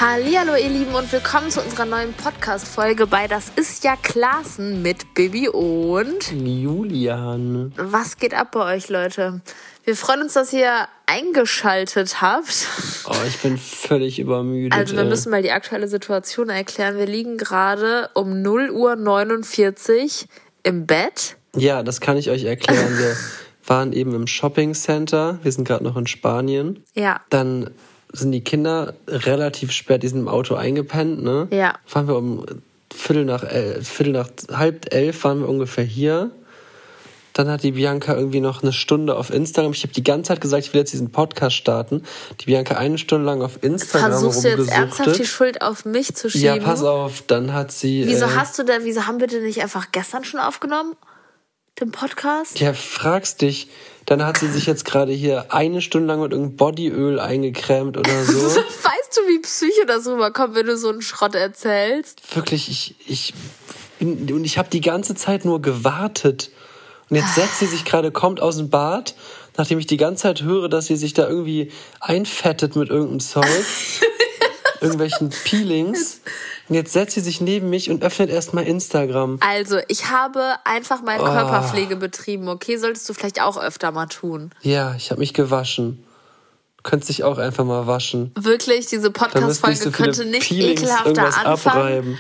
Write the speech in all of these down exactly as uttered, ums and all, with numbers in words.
Hallihallo ihr Lieben und willkommen zu unserer neuen Podcast-Folge bei Das ist ja Klaassen mit Bibi und Julian. Was geht ab bei euch, Leute? Wir freuen uns, dass ihr eingeschaltet habt. Oh, ich bin völlig übermüdet. Also wir ey. müssen mal die aktuelle Situation erklären. Wir liegen gerade um null Uhr neunundvierzig im Bett. Ja, das kann ich euch erklären. Wir waren eben im Shopping Center. Wir sind gerade noch in Spanien. Ja. Dann sind die Kinder relativ spät in diesem Auto eingepennt, ne? Ja. Fahren wir um Viertel nach elf, Viertel nach halb elf waren wir ungefähr hier. Dann hat die Bianca irgendwie noch eine Stunde auf Instagram. Ich habe die ganze Zeit gesagt, ich will jetzt diesen Podcast starten. Die Bianca eine Stunde lang auf Instagram Versuchst du jetzt rumgesuchtet. ernsthaft die Schuld auf mich zu schieben? Ja, pass auf. Dann hat sie... Wieso äh, hast du denn, wieso haben wir den nicht einfach gestern schon aufgenommen? Den Podcast? Ja, fragst dich. Dann hat sie sich jetzt gerade hier eine Stunde lang mit irgendeinem Bodyöl eingecremt oder so. Weißt du, wie Psycho das rüberkommt, wenn du so einen Schrott erzählst? Wirklich, ich, ich bin, und ich habe die ganze Zeit nur gewartet. Und jetzt setzt sie sich gerade, kommt aus dem Bad, nachdem ich die ganze Zeit höre, dass sie sich da irgendwie einfettet mit irgendeinem Zeug, irgendwelchen Peelings. Und jetzt setzt sie sich neben mich und öffnet erstmal Instagram. Also, ich habe einfach meine Oh. Körperpflege betrieben, okay? Solltest du vielleicht auch öfter mal tun. Ja, ich habe mich gewaschen. Du könntest dich auch einfach mal waschen. Wirklich, diese Dann müsst Podcast-Folge nicht so viele könnte nicht Peelings ekelhafter irgendwas anfangen. abreiben.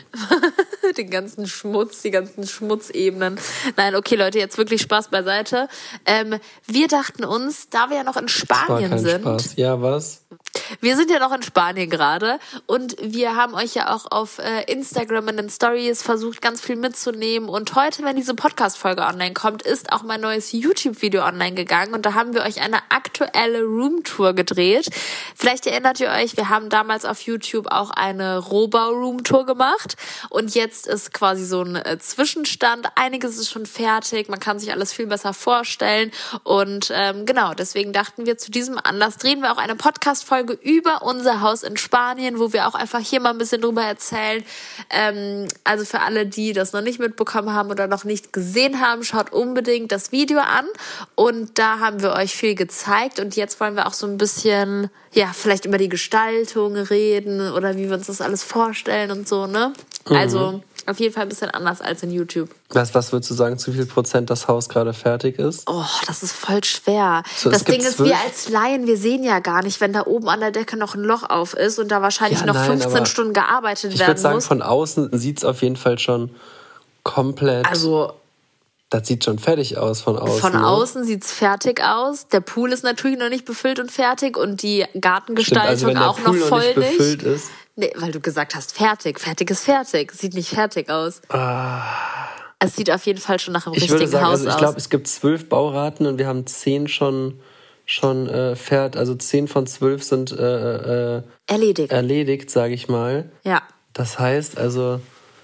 Den ganzen Schmutz, die ganzen Schmutzebenen. Nein, okay, Leute, jetzt wirklich Spaß beiseite. Ähm, wir dachten uns, da wir ja noch in Das war Spanien kein sind, Spaß. Ja, was? wir sind ja noch in Spanien gerade und wir haben euch ja auch auf äh, Instagram in den Stories versucht, ganz viel mitzunehmen. Und heute, wenn diese Podcast-Folge online kommt, ist auch mein neues YouTube-Video online gegangen und da haben wir euch eine aktuelle Roomtour gedreht. Vielleicht erinnert ihr euch, wir haben damals auf YouTube auch eine Rohbau-Roomtour gemacht und jetzt ist quasi so ein äh, Zwischenstand. Einiges ist schon fertig, man kann sich alles viel besser vorstellen und ähm, genau, deswegen dachten wir, zu diesem Anlass drehen wir auch eine Podcast-Folge über unser Haus in Spanien, wo wir auch einfach hier mal ein bisschen drüber erzählen. Ähm, also für alle, die das noch nicht mitbekommen haben oder noch nicht gesehen haben, schaut unbedingt das Video an und da haben wir euch viel gezeigt und jetzt wollen wir auch so ein bisschen, ja, vielleicht über die Gestaltung reden oder wie wir uns das alles vorstellen und so, ne? Mhm. Also auf jeden Fall ein bisschen anders als in YouTube. Was, was würdest du sagen, zu viel Prozent das Haus gerade fertig ist? Oh, das ist voll schwer. So, es das Ding gibt ist, zwölf- wir als Laien, wir sehen ja gar nicht, wenn da oben an der Decke noch ein Loch auf ist und da wahrscheinlich Ja, noch nein, fünfzehn aber Stunden gearbeitet Ich werden würde sagen, muss. von außen sieht's auf jeden Fall schon komplett... Also das sieht schon fertig aus von außen. von ne? außen sieht's fertig aus. Der Pool ist natürlich noch nicht befüllt und fertig und die Stimmt, Gartengestaltung also wenn der auch Pool noch voll nicht nicht. befüllt ist. Nee, weil du gesagt hast, fertig. Fertig ist fertig. Sieht nicht fertig aus. Ah, Es sieht auf jeden Fall schon nach einem ich richtigen würde sagen, Haus also ich aus. glaube, es gibt zwölf Bauraten und wir haben zehn schon schon äh, fertig. Also zehn von zwölf sind äh, äh, Erledigt. erledigt, sage ich mal. Ja. Das heißt also,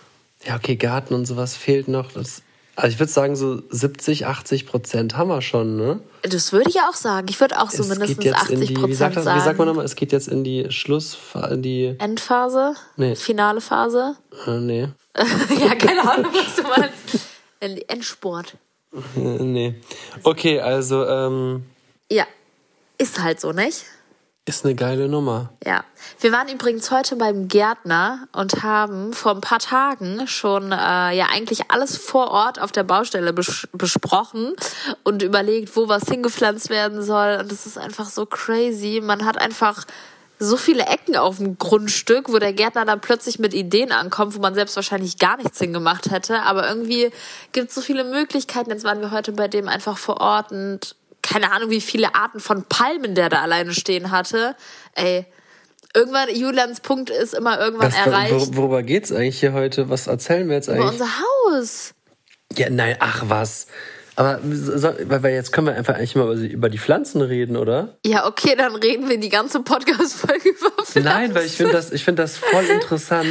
ja okay, Garten und sowas fehlt noch. Das, also ich würde sagen, so siebzig, achtzig Prozent haben wir schon, ne? Das würde ich auch sagen. Ich würde auch so Es geht mindestens jetzt in achtzig die, wie Prozent sagt, das, sagen. wie sagt man nochmal, es geht jetzt in die Schluss, in die, Endphase? Nee. Finale Phase? äh, nee, Ja, keine Ahnung, was du meinst. In- Endsport. äh, nee. Okay, also, ähm, Ja, ist halt so, nicht? ist eine geile Nummer. Ja. Wir waren übrigens heute beim Gärtner und haben vor ein paar Tagen schon äh, ja eigentlich alles vor Ort auf der Baustelle bes- besprochen und überlegt, wo was hingepflanzt werden soll. Und es ist einfach so crazy. Man hat einfach so viele Ecken auf dem Grundstück, wo der Gärtner dann plötzlich mit Ideen ankommt, wo man selbst wahrscheinlich gar nichts hingemacht hätte. Aber irgendwie gibt es so viele Möglichkeiten. Jetzt waren wir heute bei dem einfach vor Ort und keine Ahnung, wie viele Arten von Palmen der da alleine stehen hatte. Ey, irgendwann, Julians Punkt ist immer irgendwann Was, erreicht. wor- worüber geht's eigentlich hier heute? Was erzählen wir jetzt Über eigentlich? unser Haus. Ja, nein, ach was. Aber so, weil weil jetzt können wir einfach eigentlich mal über die- über die Pflanzen reden, oder? Ja, okay, dann reden wir die ganze Podcast-Folge über Pflanzen. Nein, weil ich finde das, ich finde das voll interessant,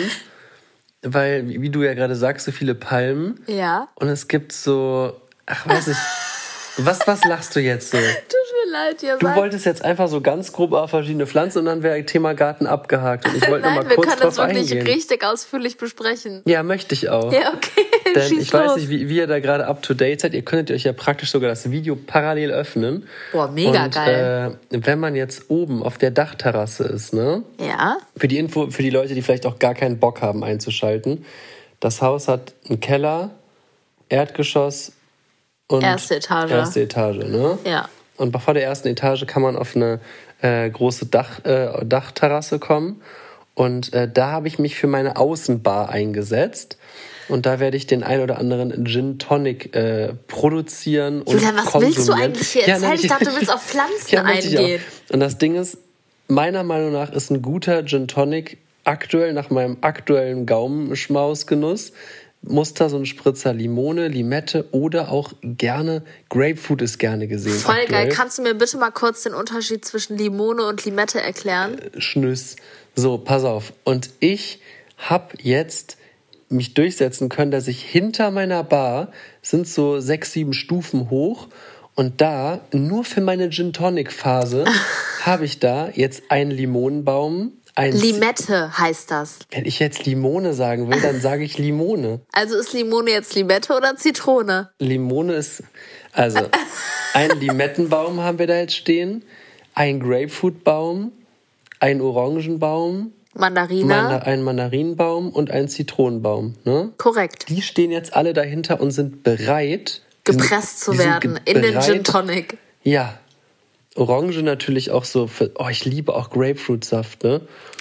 weil, wie wie du ja gerade sagst, so viele Palmen. Ja. Und es gibt so, ach weiß ich, was, was lachst du jetzt so? Tut mir leid, ihr Du seid... wolltest jetzt einfach so ganz grob auf verschiedene Pflanzen und dann wäre Thema Garten abgehakt. Und ich wollte Nein, noch mal wir kurz können drauf das wirklich eingehen. richtig ausführlich besprechen. Ja, möchte ich auch. Ja, okay, Denn schieß ich weiß los. nicht, wie, wie ihr da gerade up to date seid. Ihr könntet euch ja praktisch sogar das Video parallel öffnen. Boah, mega und, geil. Äh, wenn man jetzt oben auf der Dachterrasse ist, ne? Ja. Für die Info, für die Leute, die vielleicht auch gar keinen Bock haben einzuschalten. Das Haus hat einen Keller, Erdgeschoss und Erste Etage. Erste Etage, ne? Ja. Und vor der ersten Etage kann man auf eine äh, große Dach, äh, Dachterrasse kommen. Und äh, da habe ich mich für meine Außenbar eingesetzt. Und da werde ich den ein oder anderen Gin Tonic äh, produzieren und Julian, was konsumieren. willst du eigentlich hier erzählen? nein, Ich dachte, du willst auf Pflanzen ja, möchte ich eingehen. auch. Und das Ding ist, meiner Meinung nach ist ein guter Gin Tonic aktuell, nach meinem aktuellen Gaumenschmausgenuss, muss da so ein Spritzer Limone, Limette oder auch gerne, Grapefruit ist gerne gesehen. Voll aktuell. geil. Kannst du mir bitte mal kurz den Unterschied zwischen Limone und Limette erklären? Schnüss. So, pass auf. Und ich habe jetzt mich durchsetzen können, dass ich hinter meiner Bar, sind so sechs, sieben Stufen hoch, und da, nur für meine Gin-Tonic-Phase, habe ich da jetzt einen Limonenbaum. Ein Limette heißt das. Wenn ich jetzt Limone sagen will, dann sage ich Limone. Also ist Limone jetzt Limette oder Zitrone? Limone ist, also einen Limettenbaum haben wir da jetzt stehen, einen Grapefruitbaum, einen Orangenbaum, Mandarine? Manda- einen Mandarinenbaum und einen Zitronenbaum. Ne? Korrekt. Die stehen jetzt alle dahinter und sind bereit, die sind- Gepresst zu die sind werden ge- in den bereit- Gin Tonic. Ja. Orange natürlich auch so, für, oh, ich liebe auch Grapefruitsaft, ne?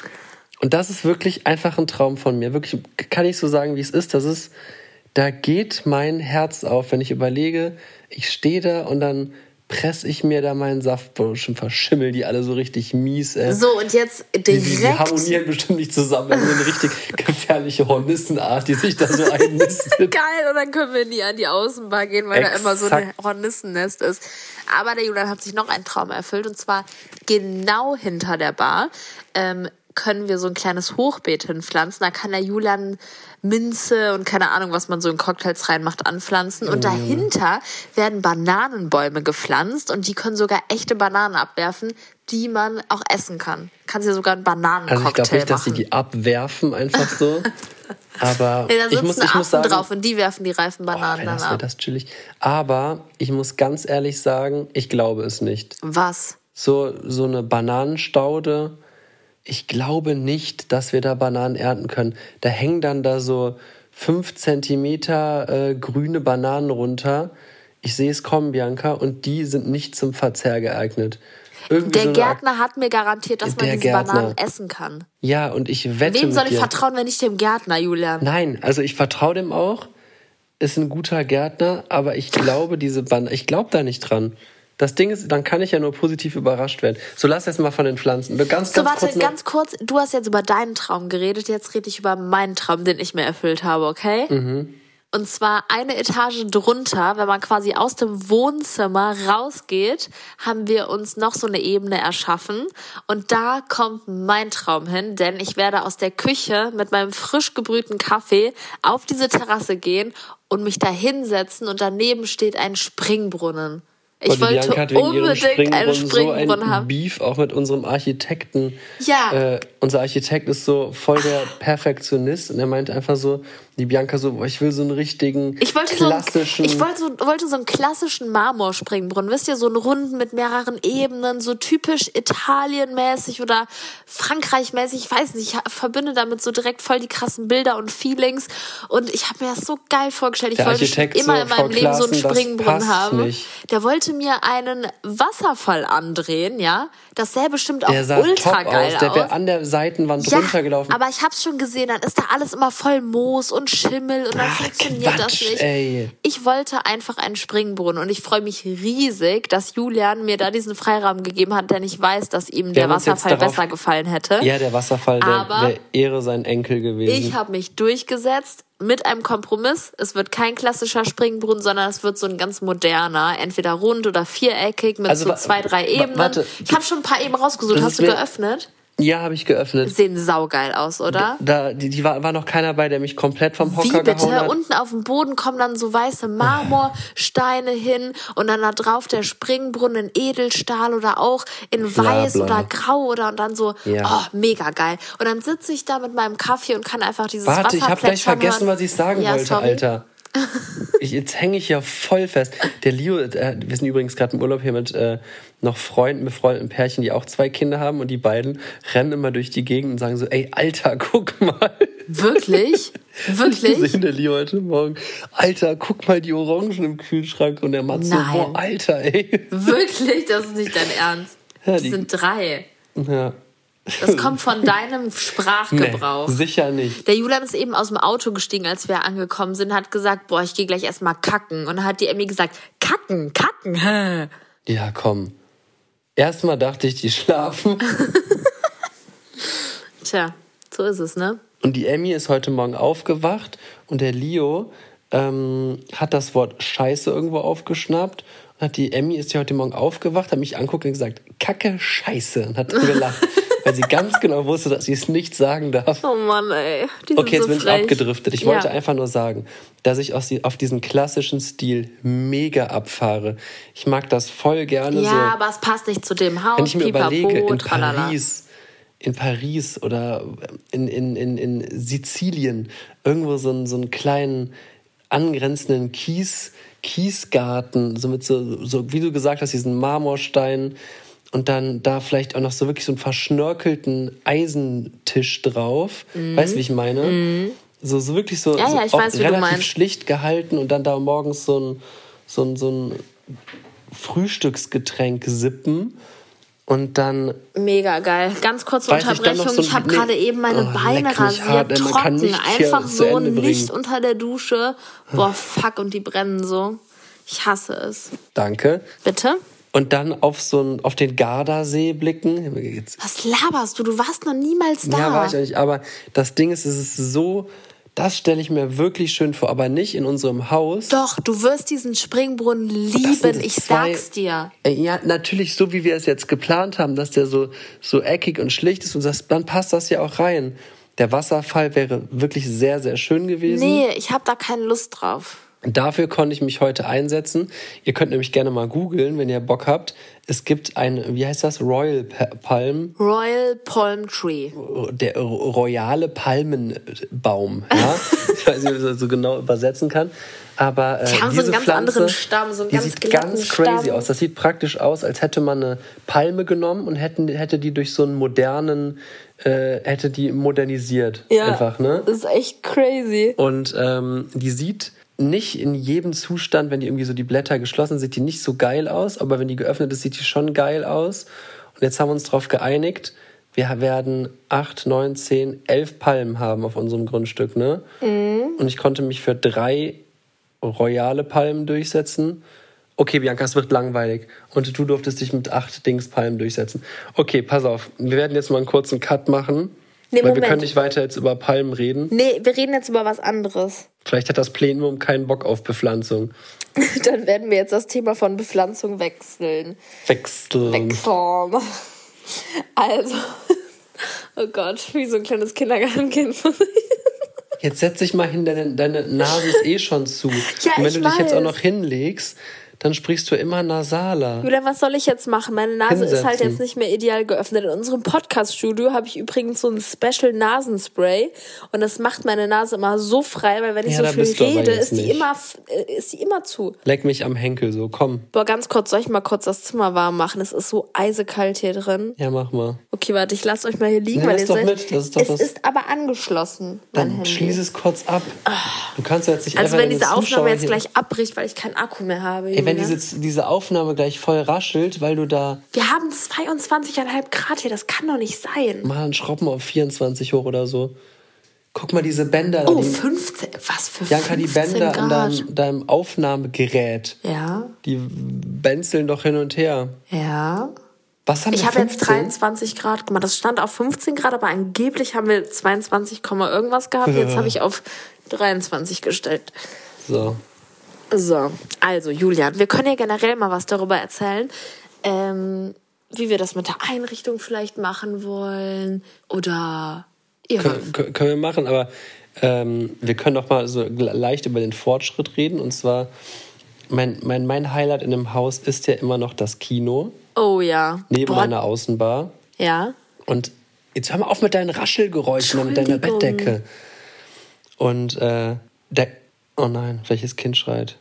Und das ist wirklich einfach ein Traum von mir. Wirklich, kann ich so sagen, wie es ist. Das ist, da geht mein Herz auf, wenn ich überlege, ich stehe da und dann presse ich mir da meinen Saft, boah, schon verschimmeln die alle so richtig mies, ey. So, und jetzt Die, die, die direkt... harmonieren bestimmt nicht zusammen. Das ist eine richtig gefährliche Hornissenart, die sich da so einnistet. Geil, und dann können wir nie an die Außenbar gehen, weil da immer so ein Exakt. Hornissennest ist. Aber der Julian hat sich noch einen Traum erfüllt, und zwar genau hinter der Bar ähm, können wir so ein kleines Hochbeet hinpflanzen. Da kann der Julian Minze und keine Ahnung, was man so in Cocktails reinmacht, anpflanzen. Und dahinter werden Bananenbäume gepflanzt, und die können sogar echte Bananen abwerfen, die man auch essen kann. Kannst ja sogar einen Bananencocktail Also ich glaube nicht, dass sie machen. die abwerfen einfach so. Aber Nee, da ich sitzen muss, ich Affen muss sagen, drauf und die werfen die reifen oh, Bananen wäre dann das, wär ab. das chillig. Aber ich muss ganz ehrlich sagen, ich glaube es nicht. Was? So, so eine Bananenstaude, ich glaube nicht, dass wir da Bananen ernten können. Da hängen dann da so fünf Zentimeter äh, grüne Bananen runter. Ich sehe es kommen, Bianca, und die sind nicht zum Verzehr geeignet. Irgendwie Der so eine Gärtner hat mir garantiert, dass man Der diese Gärtner. Bananen essen kann. Ja, und ich wette Wem mit soll ich dir. vertrauen, wenn nicht dem Gärtner, Julian? Nein, also ich vertraue dem auch. Ist ein guter Gärtner, aber ich glaube, diese Band, ich glaube da nicht dran. Das Ding ist, dann kann ich ja nur positiv überrascht werden. So, lass jetzt mal von den Pflanzen. Ganz, ganz So, warte, kurz noch. ganz kurz. Du hast jetzt über deinen Traum geredet, jetzt rede ich über meinen Traum, den ich mir erfüllt habe, okay? Mhm. Und zwar eine Etage drunter, wenn man quasi aus dem Wohnzimmer rausgeht, haben wir uns noch so eine Ebene erschaffen. Und da kommt mein Traum hin, denn ich werde aus der Küche mit meinem frisch gebrühten Kaffee auf diese Terrasse gehen und mich da hinsetzen, und daneben steht ein Springbrunnen. Ich Oh, die wollte Bianca hat wegen ihrem unbedingt einen Springbrunnen Springbrunnen so ein haben. Beef auch mit unserem Architekten. Ja. Äh, unser Architekt ist so voll der Perfektionist und er meint einfach so, die Bianca so, boah, ich will so einen richtigen Ich wollte so, einen, klassischen... ich wollte so, wollte so einen klassischen Marmorspringbrunnen. Wisst ihr, so einen runden mit mehreren Ebenen, so typisch Italienmäßig oder Frankreichmäßig. Ich weiß nicht, ich verbinde damit so direkt voll die krassen Bilder und Feelings. Und ich habe mir das so geil vorgestellt. Ich Der wollte Architekt immer so, in meinem Frau Leben so einen Klaassen, das Springbrunnen passt haben. nicht. Der wollte mir einen Wasserfall andrehen, ja. Das sähe bestimmt auch der sah ultra top geil aus. Der wäre aus. an der Seitenwand Ja, runtergelaufen. aber ich hab's schon gesehen, dann ist da alles immer voll Moos und Schimmel und dann Ach, funktioniert das Quatsch, nicht. ey. Ich wollte einfach einen Springbrunnen, und ich freue mich riesig, dass Julian mir da diesen Freiraum gegeben hat, denn ich weiß, dass ihm Wir der haben uns jetzt Wasserfall darauf- besser gefallen hätte. Ja, der Wasserfall, der Aber wäre Ehre sein Enkel gewesen. Ich habe mich durchgesetzt mit einem Kompromiss. Es wird kein klassischer Springbrunnen, sondern es wird so ein ganz moderner, entweder rund oder viereckig mit Also so wa- zwei, drei wa- Ebenen. warte, ich habe schon ein paar Ebenen rausgesucht. Das Hast ist du mir- geöffnet? Ja, habe ich geöffnet. Sehen saugeil aus, oder? Da, die, die war, war noch keiner bei, der mich komplett vom Hocker Wie bitte? gehauen hat. Unten auf dem Boden kommen dann so weiße Marmorsteine hin und dann da drauf der Springbrunnen in Edelstahl oder auch in weiß Bla, bla. oder grau oder und dann so, Ja. oh, mega geil. Und dann sitze ich da mit meinem Kaffee und kann einfach dieses Warte, Wasser ich habe gleich plätschern vergessen, hören. was ich sagen Ja, wollte, sorry. Alter. Ich, jetzt hänge ich ja voll fest. Der Leo, äh, wir sind übrigens gerade im Urlaub hier mit äh, noch Freunden, befreundeten Pärchen, die auch zwei Kinder haben und die beiden rennen immer durch die Gegend und sagen so, ey, Alter, guck mal. Wirklich? Ich Wirklich? gesehen, der Leo heute Morgen. Alter, guck mal die Orangen im Kühlschrank und der Mats so, Nein. boah, Alter, ey. Wirklich? Das ist nicht dein Ernst. Ja, Das die- sind drei. Ja. Das kommt von deinem Sprachgebrauch. Nee, sicher nicht. Der Julian ist eben aus dem Auto gestiegen, als wir angekommen sind, hat gesagt, boah, ich gehe gleich erstmal kacken. Und dann hat die Emmy gesagt, kacken, kacken. hä? Ja, komm. Erstmal dachte ich, die schlafen. Tja, so ist es, ne? Und die Emmy ist heute Morgen aufgewacht und der Leo ähm, hat das Wort Scheiße irgendwo aufgeschnappt. Und hat die Emmy ist ja heute Morgen aufgewacht, hat mich angeguckt und gesagt, Kacke, Scheiße. Und hat gelacht, weil sie ganz genau wusste, dass sie es nicht sagen darf. Oh Mann, ey. Die Okay, sind jetzt so bin ich frech. abgedriftet. Ich Ja. wollte einfach nur sagen, dass ich aus die, auf diesen klassischen Stil mega abfahre. Ich mag das voll gerne Ja, so. aber es passt nicht zu dem Haus. Wenn ich mir Pipapo, überlege, in tralala. Paris, in Paris oder in, in, in, in Sizilien, irgendwo so einen, so einen kleinen angrenzenden Kies, Kiesgarten, so mit so, so, wie du gesagt hast, diesen Marmorstein und dann da vielleicht auch noch so wirklich so einen verschnörkelten Eisentisch drauf. Weißt du, wie ich meine? So, so wirklich so, Ja, so ja, ich auch weiß, wie du relativ meinst. schlicht gehalten und dann da morgens so ein, so ein, so ein Frühstücksgetränk sippen und dann Mega geil. Ganz kurze Weiß ich dann noch Unterbrechung. so ich ein- habe nee. gerade eben meine Oh, Beine leck mich hart, rasiert. ey, man kann Trocken. nichts hier Einfach zu so Ende nicht bringen. unter der Dusche. Boah, fuck. Und die brennen so. Ich hasse es. danke. Bitte? Und dann auf so ein, auf den Gardasee blicken. Jetzt, Was laberst du? Du warst noch niemals da. ja, war ich auch nicht. Aber das Ding ist, es ist so, das stelle ich mir wirklich schön vor, aber nicht in unserem Haus. Doch, du wirst diesen Springbrunnen Das lieben. sind Ich zwei- sag's dir. Äh, Ja, natürlich so, wie wir es jetzt geplant haben, dass der so, so eckig und schlicht ist. Und das, dann passt das ja auch rein. Der Wasserfall wäre wirklich sehr, sehr schön gewesen. Nee, ich habe da keine Lust drauf. Dafür konnte ich mich heute einsetzen. Ihr könnt nämlich gerne mal googeln, wenn ihr Bock habt. Es gibt ein, wie heißt das? Royal Pa- Palm. Royal Palm Tree. Der royale Palmenbaum. Ja? Ich weiß nicht, ob ich das so genau übersetzen kann. Aber äh, Die haben so diese einen ganz Pflanze, anderen Stamm, so einen die ganz sieht glatten ganz crazy Stamm. aus. Das sieht praktisch aus, als hätte man eine Palme genommen und hätten, hätte die durch so einen modernen, äh, hätte die modernisiert. Einfach, ne? Das ist echt crazy. Und ähm, die sieht nicht in jedem Zustand, wenn die irgendwie so die Blätter geschlossen sind, sieht die nicht so geil aus, aber wenn die geöffnet ist, sieht die schon geil aus. Und jetzt haben wir uns darauf geeinigt, wir werden acht, neun, zehn, elf Palmen haben auf unserem Grundstück, ne? Mhm. Und ich konnte mich für drei royale Palmen durchsetzen. Okay, Bianca, es wird langweilig. Und du durftest dich mit acht Dingspalmen durchsetzen. Okay, pass auf. Wir werden jetzt mal einen kurzen Cut machen. Nee, weil wir Moment. können nicht weiter jetzt über Palmen reden. Nee, wir reden jetzt über was anderes. Vielleicht hat das Plenum keinen Bock auf Bepflanzung. Dann werden wir jetzt das Thema von Bepflanzung wechseln. Wechseln. Wechseln. Also, oh Gott, wie so ein kleines Kindergartenkind. Jetzt setz dich mal hin, deine, deine Nase ist eh schon zu. Ja, Und wenn ich du dich jetzt auch weiß. noch hinlegst, dann sprichst du immer nasaler. Julian, was soll ich jetzt machen? Meine Nase ist halt Hinsetzen. jetzt nicht mehr ideal geöffnet. In unserem Podcast-Studio habe ich übrigens so ein Special-Nasenspray. Und das macht meine Nase immer so frei, weil wenn ich Ja, so da viel bist du aber rede, jetzt ist die, nicht. immer, f- äh, ist die immer zu. Leck mich am Henkel so, komm. Boah, ganz kurz, soll ich mal kurz das Zimmer warm machen? Es ist so eisekalt hier drin. Ja, mach mal. Okay, warte, ich lasse euch mal hier liegen, Nee, weil lass ihr doch seid... mit, das ist doch es das- ist aber angeschlossen, mein Dann Handy. schließ es kurz ab. Du kannst ja jetzt nicht Also einfach wenn deine diese Aufnahme Zuschauer jetzt hier- gleich abbricht, weil ich keinen Akku mehr habe. Ey, wenn Julian. diese, diese Aufnahme gleich voll raschelt, weil du da Wir haben zweiundzwanzig Komma fünf Grad hier, das kann doch nicht sein. mal einen Schrauben auf vierundzwanzig hoch oder so. Guck mal, diese Bänder da. Oh, die, fünfzehn, was für Bianca, die fünfzehn Bänder an Grad. deinem, deinem Aufnahmegerät, Ja, die benzeln doch hin und her. ja. Was haben Ich wir, habe jetzt fünfzehn? dreiundzwanzig Grad gemacht. Das stand auf fünfzehn Grad, aber angeblich haben wir zweiundzwanzig, irgendwas gehabt. Jetzt habe ich auf dreiundzwanzig gestellt. So. So, also Julian, wir können ja generell mal was darüber erzählen. Ähm, wie wir das mit der Einrichtung vielleicht machen wollen. Oder ja. Kön- können wir machen, aber ähm, wir können doch mal so leicht über den Fortschritt reden. Und zwar, mein, mein, mein Highlight in dem Haus ist ja immer noch das Kino. Oh ja. Neben Boah. meiner Außenbar. Ja. Und jetzt hör mal auf mit deinen Raschelgeräuschen und mit deiner Entschuldigung. Bettdecke. Und äh, der... Oh nein, welches Kind schreit?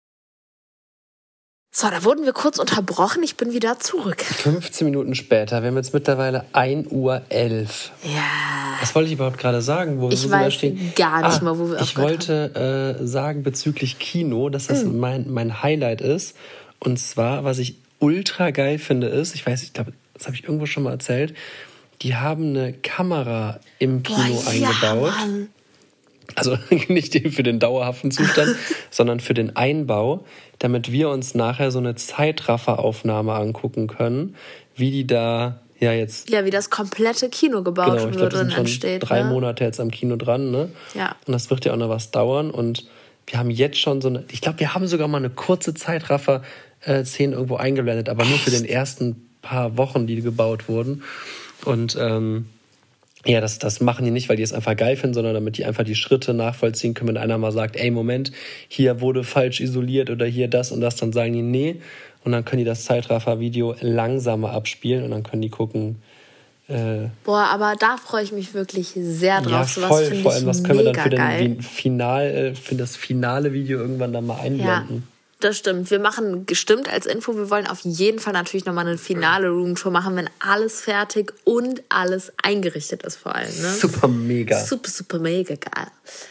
So, da wurden wir kurz unterbrochen. Ich bin wieder zurück. fünfzehn Minuten später. Wir haben jetzt mittlerweile ein Uhr elf. Ja. Was wollte ich überhaupt gerade sagen? Wo, Ich wo wir da weiß stehen? gar nicht ah, mal, wo wir Ich aufgehört wollte äh, sagen bezüglich Kino, dass das Mhm. mein, mein Highlight ist. Und zwar, was ich ultra geil finde, ist, ich weiß, ich glaube, das habe ich irgendwo schon mal erzählt, die haben eine Kamera im Kino Boah, eingebaut. Ja, Mann. Also nicht für den dauerhaften Zustand, sondern für den Einbau, damit wir uns nachher so eine Zeitrafferaufnahme angucken können, wie die da ja jetzt... Ja, wie das komplette Kino gebaut Genau, ich glaube, wird wir sind und schon entsteht. drei ne? Monate jetzt am Kino dran, ne? Ja. Und das wird ja auch noch was dauern. Und wir haben jetzt schon so eine... Ich glaube, wir haben sogar mal eine kurze Zeitraffer-Szene irgendwo eingeblendet, aber nur für den ersten paar Wochen, die gebaut wurden. Und ähm, ja, das, das machen die nicht, weil die es einfach geil finden, sondern damit die einfach die Schritte nachvollziehen können, wenn einer mal sagt, ey, Moment, hier wurde falsch isoliert oder hier das und das, dann sagen die, nee. Und dann können die das Zeitraffer-Video langsamer abspielen und dann können die gucken... Äh, Boah, aber da freue ich mich wirklich sehr drauf. ja, Sowas voll. finde Vor ich allem, was können wir dann mega für, den, geil. den Final, äh, für das finale Video irgendwann dann mal Ja, einblenden? das stimmt. Wir machen, gestimmt als Info, wir wollen auf jeden Fall natürlich nochmal eine finale Roomtour machen, wenn alles fertig und alles eingerichtet ist vor allem. Ne? Super mega. Super, super mega geil.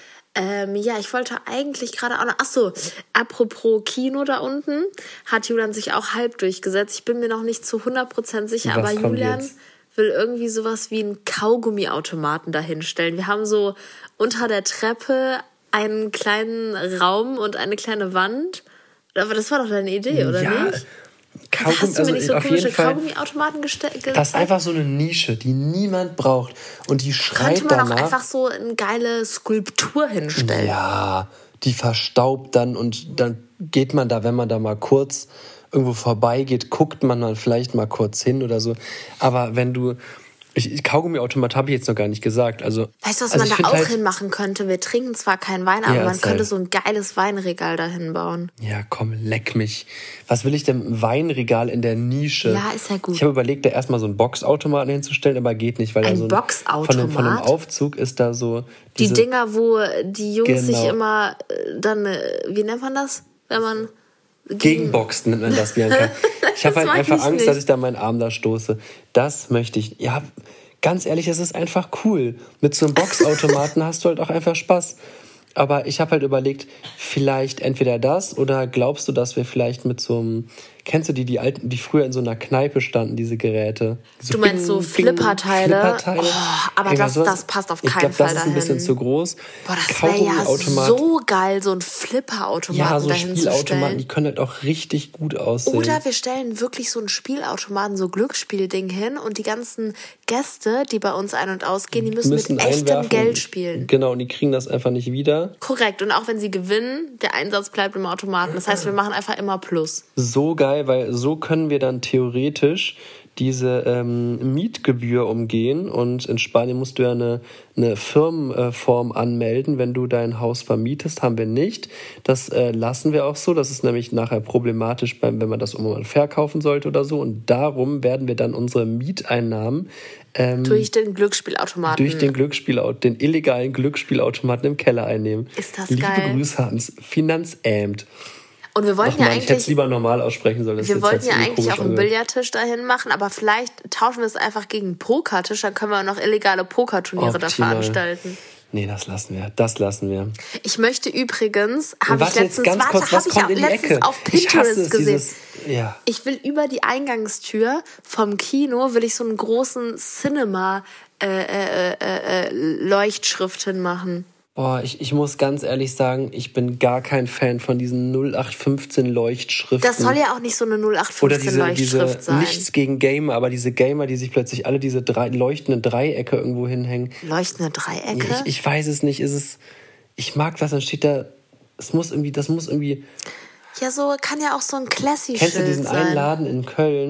Ähm, ja, ich wollte eigentlich gerade auch noch... Achso, apropos Kino da unten, hat Julian sich auch halb durchgesetzt. Ich bin mir noch nicht zu hundert Prozent sicher, Was aber kommt Julian jetzt? will irgendwie sowas wie einen Kaugummiautomaten dahinstellen. Wir haben so unter der Treppe einen kleinen Raum und eine kleine Wand. Aber das war doch deine Idee, oder Ja, nicht? Kaugummi, Hast du mir also nicht so auf komische jeden Fall, Kaugummiautomaten gestellt? das ist einfach so eine Nische, die niemand braucht. Und die schreit Könnte man auch danach. einfach so eine geile Skulptur hinstellen. Ja, die verstaubt dann und dann geht man da, wenn man da mal kurz irgendwo vorbeigeht, guckt man dann vielleicht mal kurz hin oder so. Aber wenn du... Ich, Kaugummiautomat habe ich jetzt noch gar nicht gesagt. Also, Weißt du, was also man ich da find auch halt, hinmachen könnte? Wir trinken zwar keinen Wein, aber Ja, man erzähl. könnte so ein geiles Weinregal da hinbauen. Ja, komm, leck mich. Was will ich denn im Weinregal in der Nische? Ja, ist ja gut. Ich habe überlegt, da erstmal so einen Boxautomaten hinzustellen, aber geht nicht, weil Ein da so ein, Boxautomat? von dem, von dem Aufzug ist da so Die diese, Dinger, wo die Jungs sich Genau. immer äh, dann, äh, wie nennt man das? Wenn man... Gegenboxen nennt man das, Bianca. Ich habe Das halt mag einfach ich Angst, nicht. dass ich da meinen Arm da stoße. Das möchte ich. Ja, ganz ehrlich, es ist einfach cool. Mit so einem Boxautomaten hast du halt auch einfach Spaß. Aber ich habe halt überlegt, vielleicht entweder das oder glaubst du, dass wir vielleicht mit so einem, kennst du die, die alten, die früher in so einer Kneipe standen, diese Geräte? So Du meinst so Flipperteile? Flipperteile. Oh, aber Ey, das- sowas- das passt auf ich keinen glaub, Fall das ist ein dahin. bisschen zu groß. Boah, das wäre ja Kaugummiautomat. so geil, so ein Flipperautomaten Ja, so dahin zu Spielautomaten, stellen. die können halt auch richtig gut aussehen. Oder wir stellen wirklich so einen Spielautomaten, so Glücksspielding hin und die ganzen Gäste, die bei uns ein- und ausgehen, die müssen, müssen mit echtem einwerfen. Geld spielen. Genau, und die kriegen das einfach nicht wieder. Korrekt. Und auch wenn sie gewinnen, der Einsatz bleibt im Automaten. Das heißt, wir machen einfach immer Plus. So geil, weil so können wir dann theoretisch diese ähm, Mietgebühr umgehen. Und in Spanien musst du ja eine, eine Firmenform anmelden, wenn du dein Haus vermietest. Haben wir nicht. Das äh, lassen wir auch so. Das ist nämlich nachher problematisch, beim, wenn man das irgendwann verkaufen sollte oder so. Und darum werden wir dann unsere Mieteinnahmen ähm, Durch den Glücksspielautomaten. durch den Glücksspielaut, den illegalen Glücksspielautomaten im Keller einnehmen. Ist das Liebe geil. Grüße ans Finanzamt. Und wir wollten Ach ja man, ich hätte es eigentlich... lieber normal aussprechen sollen. Das Wir ist wollten jetzt ja irgendwie eigentlich komisch auch einen angehört. Billardtisch dahin machen, aber vielleicht tauschen wir es einfach gegen einen Pokertisch, dann können wir auch noch illegale Pokerturniere da Optimal. veranstalten. Nee, das lassen wir. Das lassen wir. Ich möchte übrigens, habe ich Warte jetzt letztens, ganz warte, kurz, habe was ich kommt auch in die letztens Ecke? auf Ich hasse Pinterest es, gesehen. dieses... Ja. Ich will über die Eingangstür vom Kino, will ich so einen großen Cinema äh, äh, äh, äh, Leuchtschrift hinmachen. Boah, ich, ich muss ganz ehrlich sagen, ich bin gar kein Fan von diesen null acht fünfzehn Leuchtschriften. Das soll ja auch nicht so eine null acht Oder fünfzehn diese, Leuchtschrift diese sein. nichts gegen Gamer, aber diese Gamer, die sich plötzlich alle diese drei, leuchtenden Dreiecke irgendwo hinhängen. Leuchtende Dreiecke? Ich, ich weiß es nicht. Ist es, ich mag das, dann steht da, es muss irgendwie, das muss irgendwie. Ja, so kann ja auch so ein Classy-Schild Kennst du diesen sein. einen Laden in Köln?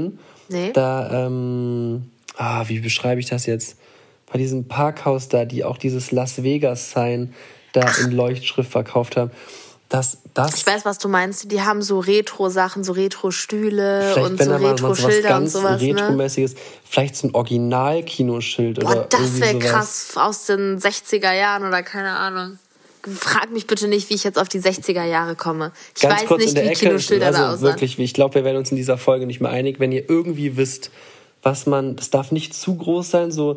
Nee. Da, ähm, ah, wie beschreibe ich das jetzt? Bei diesem Parkhaus da, die auch dieses Las Vegas-Sign da Ach. in Leuchtschrift verkauft haben. Das, das ich weiß, was du meinst. Die haben so Retro-Sachen, so Retro-Stühle und so Retro-Schilder und sowas. Retromäßiges, ne? Vielleicht so ein Original-Kinoschild oder Boah, das wäre sowas. krass aus den sechziger Jahren oder keine Ahnung. Frag mich bitte nicht, wie ich jetzt auf die sechziger Jahre komme. Ich Ganz weiß kurz nicht, in der wie Ecke, Kinoschilder also da aussehen. Wirklich, ich glaube, wir werden uns in dieser Folge nicht mehr einig. Wenn ihr irgendwie wisst, was man, das darf nicht zu groß sein, so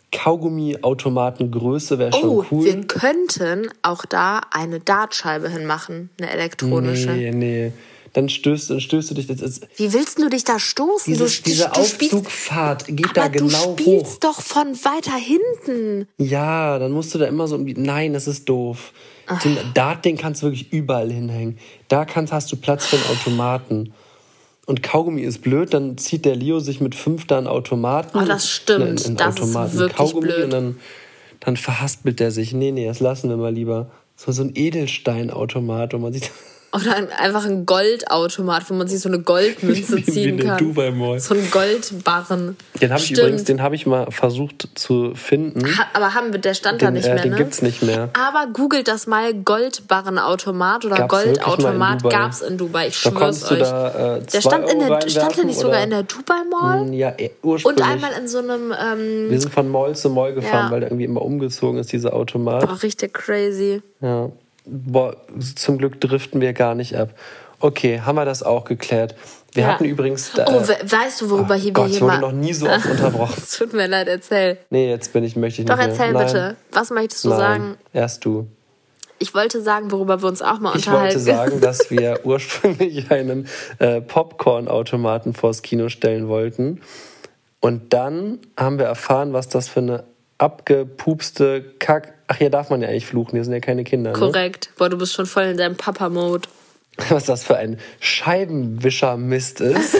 Kaugummi-Automatengröße wäre schon oh, cool. Wir könnten auch da eine Dartscheibe hinmachen, eine elektronische. Nee, nee. Dann stößt, dann stößt du dich. Das ist, Wie willst du dich da stoßen? Dieses, du, diese du Aufzugfahrt geht aber da genau du hoch. spielst doch von weiter hinten. Ja, dann musst du da immer so um die. Nein, das ist doof. Ach. Den Dart-Ding kannst du wirklich überall hinhängen. Da kannst, hast du Platz für einen Automaten. Und Kaugummi ist blöd, dann zieht der Leo sich mit fünf da einen Automaten. Oh, das stimmt. Einen, einen das Automaten ist wirklich Kaugummi blöd. Und dann, dann verhaspelt der sich. Nee, nee, das lassen wir mal lieber. So, so ein Edelsteinautomat, wo man sich. Oder ein, einfach ein Goldautomat, wo man sich so eine Goldmünze wie, ziehen wie kann. Dubai Mall. So ein Goldbarren. Den habe ich übrigens, den habe ich mal versucht zu finden. Ha, aber haben wir, der stand den, da nicht äh, mehr, den ne? gibt's nicht mehr. Aber googelt das mal, Goldbarrenautomat oder Gab's Goldautomat gab's in Dubai. Ich da schwör's euch. Da, äh, der stand, in der, stand der nicht sogar oder? in der Dubai Mall? Ja, ursprünglich. Und einmal in so einem... Ähm, wir sind von Mall zu Mall gefahren, ja. weil der irgendwie immer umgezogen ist, dieser Automat. Boah, richtig crazy. Ja. Boah, zum Glück driften wir gar nicht ab. Okay, haben wir das auch geklärt. Wir ja. hatten übrigens... Äh, oh, we weißt du, worüber oh hier Gott, wir hier ich wurde mal... noch nie so oft unterbrochen. Es tut mir leid, erzähl. Nee, jetzt bin ich, möchte ich Doch, nicht mehr. erzähl Nein. bitte. Was möchtest du Nein. sagen? Erst du. Ich wollte sagen, worüber wir uns auch mal ich unterhalten. Ich wollte sagen, dass wir ursprünglich einen äh, Popcorn-Automaten vors Kino stellen wollten. Und dann haben wir erfahren, was das für eine abgepupste Kack... Ach, hier darf man ja eigentlich fluchen, hier sind ja keine Kinder. Korrekt. Ne? Boah, du bist schon voll in deinem Papa-Mode. Was das für ein Scheibenwischer-Mist ist.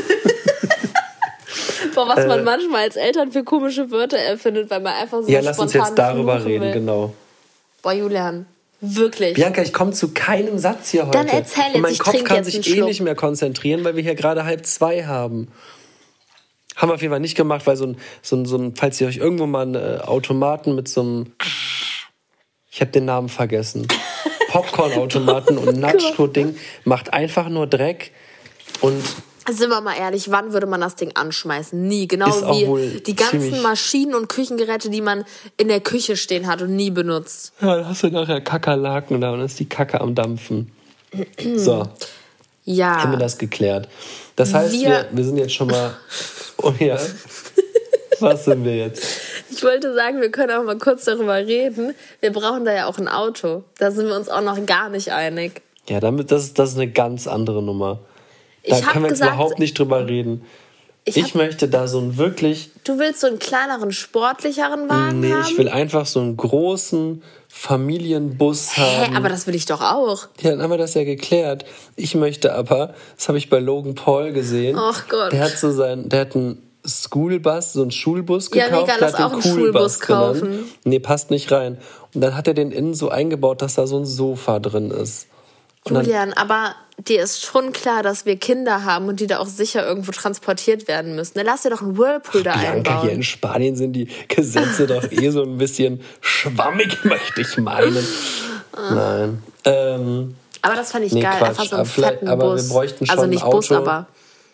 Boah, was man äh, manchmal als Eltern für komische Wörter erfindet, weil man einfach so ja, lass uns jetzt darüber reden, will. Genau. Boah, Julian, wirklich. Bianca, ich komme zu keinem Satz hier heute. Dann erzähl jetzt, Und mein ich Kopf kann jetzt sich einen eh Schluck. nicht mehr konzentrieren, weil wir hier gerade halb zwei haben. Haben wir auf jeden Fall nicht gemacht, weil so ein, so ein, so ein falls ihr euch irgendwo mal einen äh, Automaten mit so einem... Ich habe den Namen vergessen. Popcorn-Automaten und Nacho-Ding macht einfach nur Dreck und... Sind wir mal ehrlich, wann würde man das Ding anschmeißen? Nie. Genau wie die ganzen Maschinen und Küchengeräte, die man in der Küche stehen hat und nie benutzt. Ja, da hast du nachher Kakerlaken da und dann ist die Kacke am Dampfen. So. Ja. Haben wir das geklärt. Das heißt, wir, wir, wir sind jetzt schon mal... Oh ja. Was sind wir jetzt? Ich wollte sagen, wir können auch mal kurz darüber reden. Wir brauchen da ja auch ein Auto. Da sind wir uns auch noch gar nicht einig. Ja, damit, das, das ist eine ganz andere Nummer. Da ich können wir gesagt, jetzt überhaupt nicht drüber reden. Ich, ich hab, möchte da so einen wirklich... Du willst so einen kleineren, sportlicheren Wagen nee, haben? Nee, ich will einfach so einen großen Familienbus Hä, haben. aber das will ich doch auch. Ja, dann haben wir das ja geklärt. Ich möchte aber, das habe ich bei Logan Paul gesehen. Ach Gott. Der hat so sein, der hat einen Schoolbus, so einen Schulbus gekauft. Ja, mega, lass auch einen Schulbus kaufen. Genannt. Nee, passt nicht rein. Und dann hat er den innen so eingebaut, dass da so ein Sofa drin ist. Und Julian, aber dir ist schon klar, dass wir Kinder haben und die da auch sicher irgendwo transportiert werden müssen. Dann lass dir doch einen Whirlpool da Bianca, einbauen. Hier in Spanien sind die Gesetze doch eh so ein bisschen schwammig, möchte ich meinen. Nein. Ähm, aber das fand ich nee, geil, Quatsch. einfach so einen aber fetten aber Bus. Wir bräuchten schon also nicht ein Auto. Bus, aber...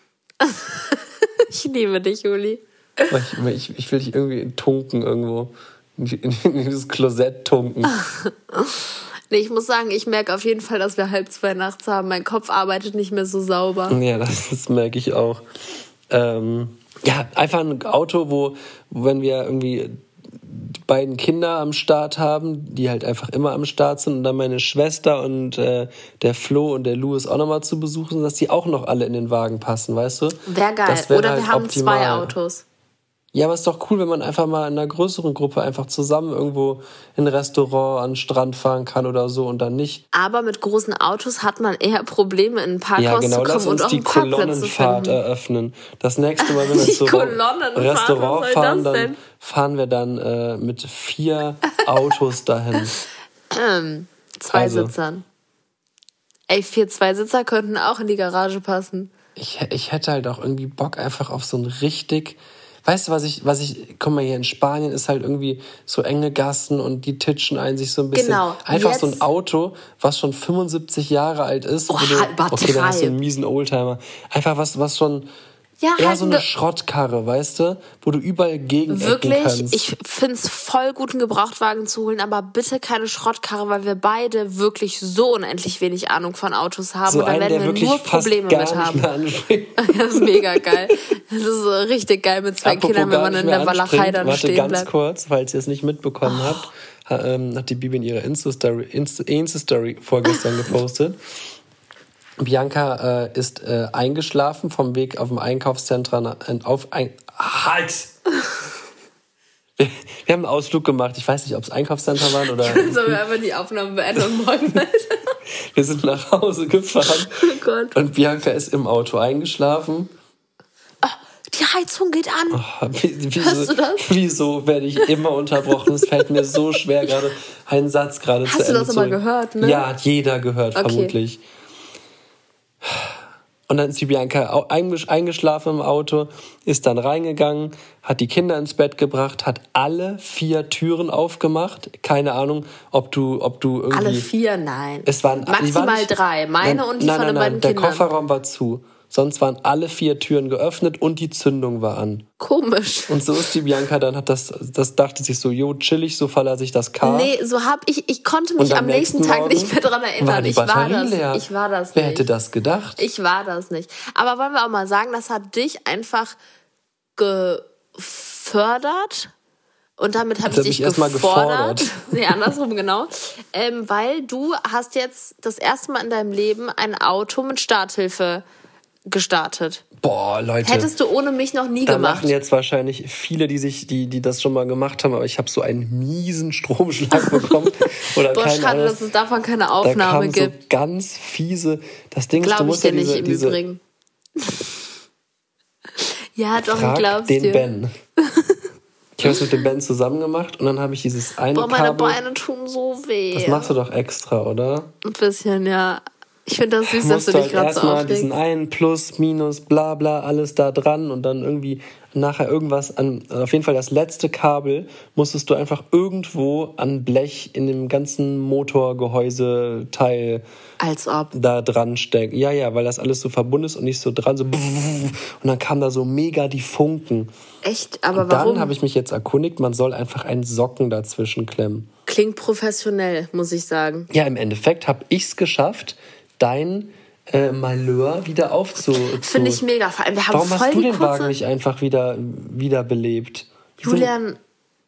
Ich liebe dich, Juli. Ich, ich, ich will dich irgendwie tunken irgendwo. In, in, in dieses Klosett tunken. Nee, ich muss sagen, ich merke auf jeden Fall, dass wir halb zwei nachts haben. Mein Kopf arbeitet nicht mehr so sauber. Ja, das, das merke ich auch. Ähm, ja, einfach ein Auto, wo, wo wenn wir irgendwie die beiden Kinder am Start haben, die halt einfach immer am Start sind und dann meine Schwester und äh, der Flo und der Louis auch nochmal zu besuchen, dass die auch noch alle in den Wagen passen, weißt du? Wäre geil. Das wär Oder halt wir haben optimal. zwei Autos. Ja, aber es ist doch cool, wenn man einfach mal in einer größeren Gruppe einfach zusammen irgendwo in ein Restaurant, an den Strand fahren kann oder so und dann nicht. Aber mit großen Autos hat man eher Probleme, in ein Parkhaus ja, genau, zu kommen lass uns und auch die einen Parkplatz Kolonnenfahrt zu finden. eröffnen. Das nächste Mal, wenn wir zu Restaurant fahren, dann fahren wir dann äh, mit vier Autos dahin. Ähm, zwei also. Sitzern. Ey, vier Zweisitzer könnten auch in die Garage passen. ich, ich hätte halt auch irgendwie Bock einfach auf so ein richtig... Weißt du, was ich, was ich, guck mal, hier in Spanien ist halt irgendwie so enge Gassen und die titschen einen sich so ein bisschen. Genau. Einfach Jetzt, so ein Auto, was schon fünfundsiebzig Jahre alt ist. Oh, wo du, übertreib. okay, dann hast du einen miesen Oldtimer. Einfach was, was schon... Ja, eher halt so eine Schrottkarre, weißt du? Wo du überall gegenecken wirklich, kannst. ich find's voll gut, einen Gebrauchtwagen zu holen, aber bitte keine Schrottkarre, weil wir beide wirklich so unendlich wenig Ahnung von Autos haben. So und da einen, werden der wir wirklich nur fast Probleme gar mit nicht haben. mehr anspringt. Das ist mega geil. Das ist so richtig geil mit zwei Apropos Kindern, wenn gar man nicht in mehr der Walachei anspringt, dann warte, stehen ganz bleibt. kurz, falls ihr es nicht mitbekommen Oh. habt, ha, ähm, hat die Bibi in ihrer Insta-Story, Insta- Insta-Story vorgestern gepostet. Bianca äh, ist äh, eingeschlafen vom Weg auf dem Einkaufszentrum nach, äh, auf ein Halt! wir, wir haben einen Ausflug gemacht. Ich weiß nicht, ob es Einkaufszentrum waren oder. Sollen wir einfach die Aufnahme beenden und morgen weiter? Wir sind nach Hause gefahren Oh Gott. und Bianca ist im Auto eingeschlafen. Die Heizung geht an. Oh, wie, wieso, Hörst du das? Wieso werde ich immer unterbrochen? Es fällt mir so schwer, gerade einen Satz gerade zu Hast du Ende das zu aber bringen. gehört, ne? Ja, hat jeder gehört, Okay. vermutlich. Und dann ist die Bianca au- eingesch- eingeschlafen im Auto, ist dann reingegangen, hat die Kinder ins Bett gebracht, hat alle vier Türen aufgemacht. Keine Ahnung, ob du, ob du irgendwie... Alle vier? Nein. Es waren, die Maximal waren nicht, drei. Meine nein, und die nein, von nein, den nein, beiden der Kindern. Kofferraum war zu. Sonst waren alle vier Türen geöffnet und die Zündung war an. Komisch. Und so ist die Bianca dann, hat das, das dachte sich so, jo, chillig, so verlasse ich das Car. Nee, so hab ich, ich konnte Und mich am am nächsten Tag Morgen nicht mehr dran war erinnern. die Ich war Batterie das, leer. ich war das Wer nicht. hätte das gedacht? Ich war das nicht. Aber wollen wir auch mal sagen, das hat dich einfach gefördert. Und damit habe Das ich hat dich mich erst mal gefordert. gefordert. Nee, andersrum, genau. Ähm, weil du hast jetzt das erste Mal in deinem Leben ein Auto mit Starthilfe gestartet. Boah, Leute. Hättest du ohne mich noch nie da gemacht. machen jetzt wahrscheinlich viele, die sich, die, die das schon mal gemacht haben, aber ich habe so einen miesen Stromschlag bekommen. Oder Boah, keine schade, Ahnung. dass es davon keine Da Aufnahme kam gibt. so ganz fiese. Das Ding ist, du Glaube ich musst dir ja nicht diese, im diese Übrigen. Ja, doch, ich Frag glaub's den dir. Ben. Ich habe es mit dem Ben zusammen gemacht und dann habe ich dieses eine Boah, meine Kabel. Beine tun so weh. Das machst du doch extra, oder? Ein bisschen, ja. Ich finde das süß, dass Musst du du dich halt gerade so erstmal aufregst. diesen einen Plus, Minus, bla bla, alles da dran und dann irgendwie nachher irgendwas an, auf jeden Fall das letzte Kabel musstest du einfach irgendwo an Blech in dem ganzen Motorgehäuse-Teil Als ob. da dran stecken. Ja, ja, weil das alles so verbunden ist und nicht so dran, so und dann kam da so mega die Funken. Echt? Aber Und warum? dann habe ich mich jetzt erkundigt, man soll einfach einen Socken dazwischen klemmen. Klingt professionell, muss ich sagen. Ja, im Endeffekt habe ich es geschafft, dein äh, Malheur wieder aufzu... Finde zu- ich mega. Vor allem, wir haben Warum voll hast du die den kurze... Wagen nicht einfach wieder, wieder belebt? Julian,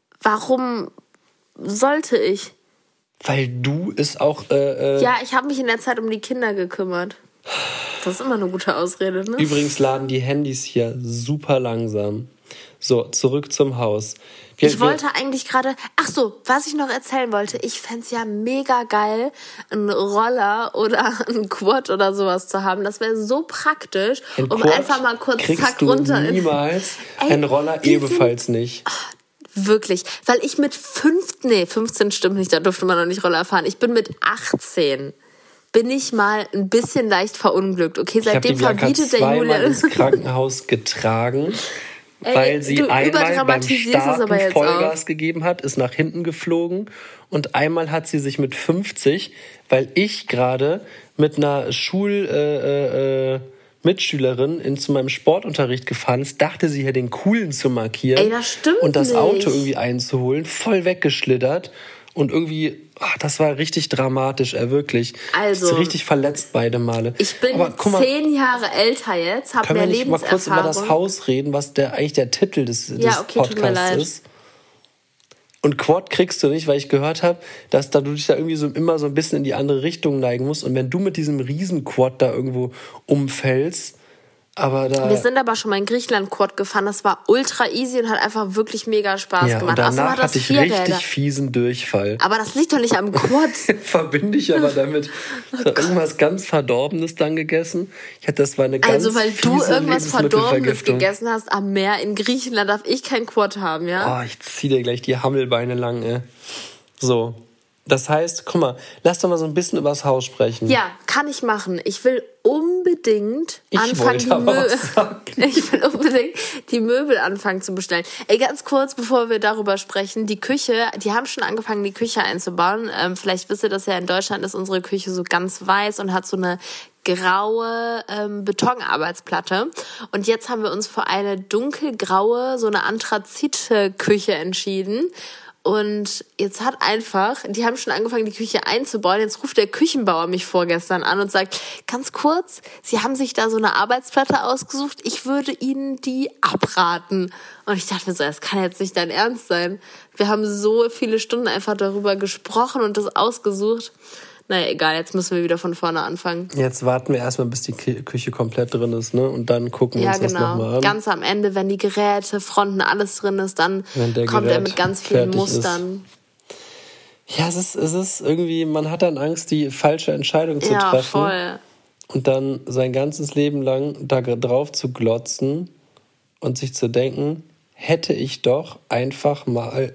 warum sollte ich? Weil du es auch... Äh, äh, Ja, ich habe mich in der Zeit um die Kinder gekümmert. Das ist immer eine gute Ausrede, ne? Übrigens laden die Handys hier super langsam. So, zurück zum Haus. Wir, Ich wollte eigentlich gerade, ach so, was ich noch erzählen wollte, ich fänd's ja mega geil, einen Roller oder einen Quad oder sowas zu haben. Das wäre so praktisch, wir, um Quad einfach mal kurz kriegst zack du runter. in- niemals, Ey, ein Roller die ebenfalls nicht. Wirklich, weil ich mit fünfzehn, nee, fünfzehn stimmt nicht, da durfte man noch nicht Roller fahren. Ich bin mit achtzehn, bin ich mal ein bisschen leicht verunglückt. Okay, Ich habe die seitdem Bianca verbietet der zweimal Julian. ins Krankenhaus getragen. Ey, weil sie du einmal beim überdramatisierst es Starten aber jetzt Vollgas gegeben hat, ist nach hinten geflogen und einmal hat sie sich mit fünfzig, weil ich gerade mit einer Schul äh, äh, Mitschülerin in, zu meinem Sportunterricht gefahren ist, dachte sie hier den Coolen zu markieren Ey, das stimmt und das nicht. Auto irgendwie einzuholen, voll weggeschlittert und irgendwie, ach, das war richtig dramatisch, äh, wirklich. Also, ist richtig verletzt beide Male. Ich bin Aber guck mal, zehn Jahre älter jetzt, habe können mehr wir nicht mal kurz über Lebenserfahrung. das Haus reden, was der eigentlich der Titel des, des Ja, okay, tut mir Podcasts leid. ist? Und Quad kriegst du nicht, weil ich gehört habe, dass da du dich da irgendwie so immer so ein bisschen in die andere Richtung neigen musst. Und wenn du mit diesem Riesen-Quad da irgendwo umfällst, aber da... Wir sind aber schon mal in Griechenland Quad gefahren. Das war ultra easy und hat einfach wirklich mega Spaß ja, gemacht. und Außerdem danach hat das hatte ich vier richtig Räder. fiesen Durchfall. Aber das liegt doch nicht am Quad. Verbinde ich aber damit. Ich habe irgendwas ganz Verdorbenes dann gegessen. Ich hatte, das war eine ganz Also, weil du fiese irgendwas Verdorbenes Lebensmittelvergiftung. gegessen hast am Meer in Griechenland, darf ich kein Quad haben, ja? Oh, ich zieh dir gleich die Hammelbeine lang, ey. So. Das heißt, guck mal, lass doch mal so ein bisschen übers Haus sprechen. Ja, kann ich machen. Ich will unbedingt Ich anfangen, die wollte aber Möbel. was sagen. Ich will unbedingt die Möbel anfangen zu bestellen. Ey, ganz kurz, bevor wir darüber sprechen, die Küche, die haben schon angefangen, die Küche einzubauen. Ähm, vielleicht wisst ihr das ja, in Deutschland ist unsere Küche so ganz weiß und hat so eine graue ähm, Betonarbeitsplatte. Und jetzt haben wir uns für eine dunkelgraue, so eine Anthrazit-Küche entschieden. Und jetzt hat einfach, die haben schon angefangen, die Küche einzubauen. Jetzt ruft der Küchenbauer mich vorgestern an und sagt, ganz kurz, Sie haben sich da so eine Arbeitsplatte ausgesucht. Ich würde Ihnen die abraten. Und ich dachte mir so, das kann jetzt nicht dein Ernst sein. Wir haben so viele Stunden einfach darüber gesprochen und das ausgesucht. Naja, egal, jetzt müssen wir wieder von vorne anfangen. Jetzt warten wir erstmal, bis die Küche komplett drin ist, ne? Und dann gucken wir Ja, uns das genau. nochmal an. Ganz am Ende, wenn die Geräte, Fronten, alles drin ist, dann kommt er mit ganz vielen Mustern. Ist. Ja, es ist, es ist irgendwie, man hat dann Angst, die falsche Entscheidung zu Ja, treffen. voll. Und dann sein ganzes Leben lang da drauf zu glotzen und sich zu denken, hätte ich doch einfach mal...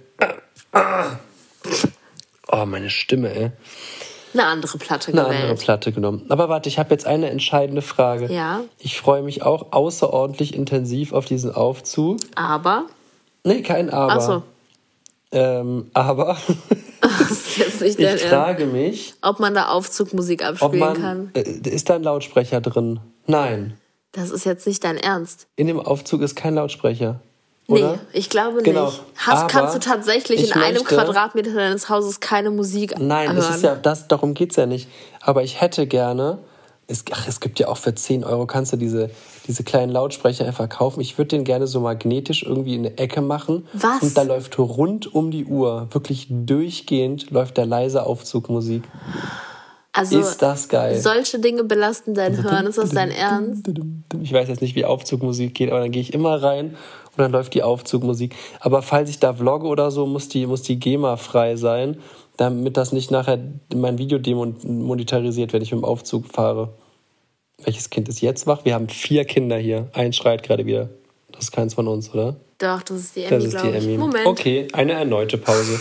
Oh, meine Stimme, ey. Eine andere Platte Eine gewählt. andere Platte genommen. Aber warte, ich habe jetzt eine entscheidende Frage. Ja. Ich freue mich auch außerordentlich intensiv auf diesen Aufzug. Aber? Nee, kein Aber. Ach so. Ähm, aber Das ist jetzt nicht dein ich Ernst. frage mich, Ob man da Aufzugmusik ob abspielen man... kann. Äh, ist da ein Lautsprecher drin? Nein. Das ist jetzt nicht dein Ernst. In dem Aufzug ist kein Lautsprecher. Oder? Nee, ich glaube Genau. nicht. Hast, Aber kannst du tatsächlich ich in einem möchte- Quadratmeter deines Hauses keine Musik Nein, hören? das ist ja, das, darum geht's ja nicht. Aber ich hätte gerne, es, ach, es gibt ja auch für zehn Euro, kannst du diese, diese kleinen Lautsprecher einfach kaufen. Ich würde den gerne so magnetisch irgendwie in eine Ecke machen. Was? Und da läuft rund um die Uhr, wirklich durchgehend, läuft da leise Aufzugmusik. Also, Ist das geil. solche Dinge belasten dein Hören. Ist das dein Ernst? Ich weiß jetzt nicht, wie Aufzugmusik geht, aber dann gehe ich immer rein und dann läuft die Aufzugmusik. Aber falls ich da vlogge oder so, muss die, muss die GEMA-frei sein, damit das nicht nachher mein Video demonetarisiert, wenn ich mit dem Aufzug fahre. Welches Kind ist jetzt wach? Wir haben vier Kinder hier. Eins schreit gerade wieder. Das ist keins von uns, oder? Doch, das ist die Das Emmy, ist die glaube ich. Emmy. Moment. Okay, eine erneute Pause.